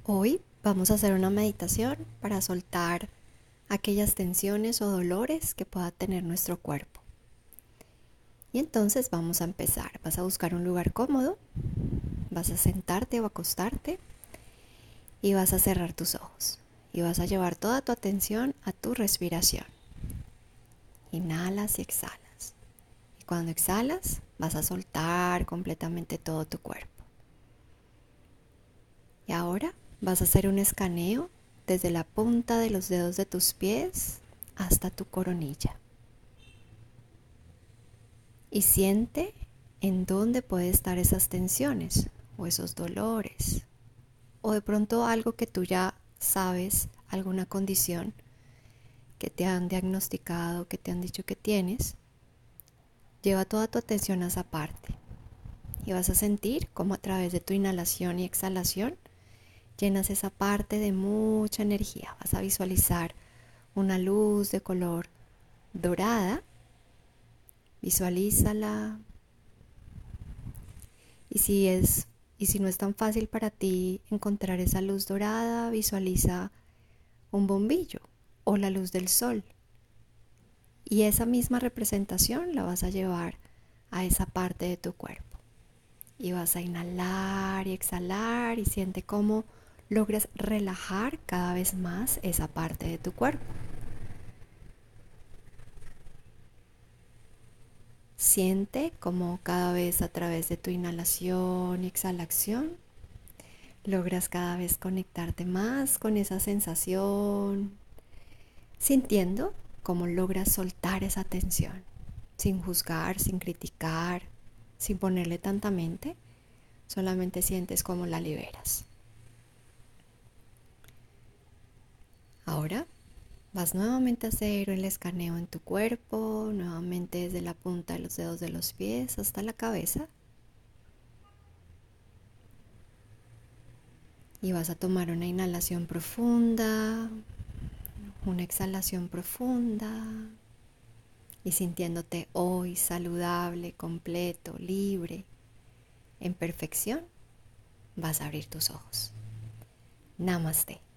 Hoy vamos a hacer una meditación para soltar aquellas tensiones o dolores que pueda tener nuestro cuerpo. Y entonces vamos a empezar. Vas a buscar un lugar cómodo, vas a sentarte o acostarte y vas a cerrar tus ojos. Y vas a llevar toda tu atención a tu respiración. Inhalas y exhalas. Y cuando exhalas, vas a soltar completamente todo tu cuerpo. Y ahora vas a hacer un escaneo desde la punta de los dedos de tus pies hasta tu coronilla. Y siente en dónde pueden estar esas tensiones o esos dolores. O de pronto algo que tú ya sabes, alguna condición que te han diagnosticado, que te han dicho que tienes. Lleva toda tu atención a esa parte. Y vas a sentir cómo a través de tu inhalación y exhalación llenas esa parte de mucha energía. Vas a visualizar una luz de color dorada. Visualízala. Y si no es tan fácil para ti encontrar esa luz dorada, visualiza un bombillo o la luz del sol. Y esa misma representación la vas a llevar a esa parte de tu cuerpo. Y vas a inhalar y exhalar y siente cómo logras relajar cada vez más esa parte de tu cuerpo. Siente cómo cada vez a través de tu inhalación y exhalación logras cada vez conectarte más con esa sensación, sintiendo cómo logras soltar esa tensión, sin juzgar, sin criticar, sin ponerle tanta mente, solamente sientes cómo la liberas. Ahora vas nuevamente a hacer el escaneo en tu cuerpo, nuevamente desde la punta de los dedos de los pies hasta la cabeza. Y vas a tomar una inhalación profunda, una exhalación profunda y sintiéndote hoy saludable, completo, libre, en perfección, vas a abrir tus ojos. Namaste.